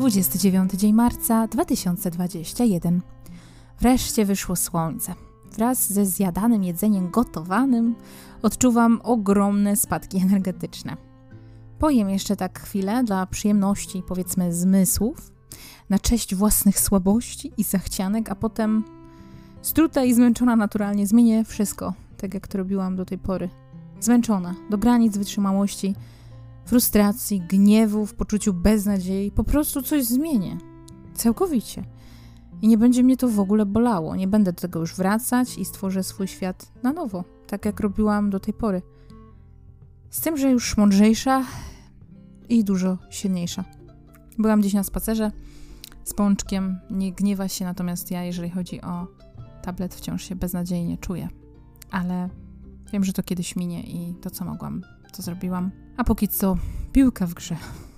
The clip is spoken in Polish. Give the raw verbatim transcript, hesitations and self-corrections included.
dwudziesty dziewiąty dzień marca dwa tysiące dwudziesty pierwszy. Wreszcie wyszło słońce. Wraz ze zjadanym jedzeniem gotowanym odczuwam ogromne spadki energetyczne. Pojem jeszcze tak chwilę dla przyjemności, powiedzmy, zmysłów, na cześć własnych słabości i zachcianek, a potem struta i zmęczona naturalnie zmienię wszystko, tak jak to robiłam do tej pory. Zmęczona, do granic wytrzymałości, frustracji, gniewu, w poczuciu beznadziei, po prostu coś zmienię. Całkowicie. I nie będzie mnie to w ogóle bolało. Nie będę do tego już wracać i stworzę swój świat na nowo, tak jak robiłam do tej pory. Z tym, że już mądrzejsza i dużo silniejsza. Byłam dziś na spacerze z Pączkiem. Nie gniewa się, natomiast ja, jeżeli chodzi o tablet, wciąż się beznadziejnie czuję. Ale wiem, że to kiedyś minie i to, co mogłam, to zrobiłam. A póki co piłka w grze.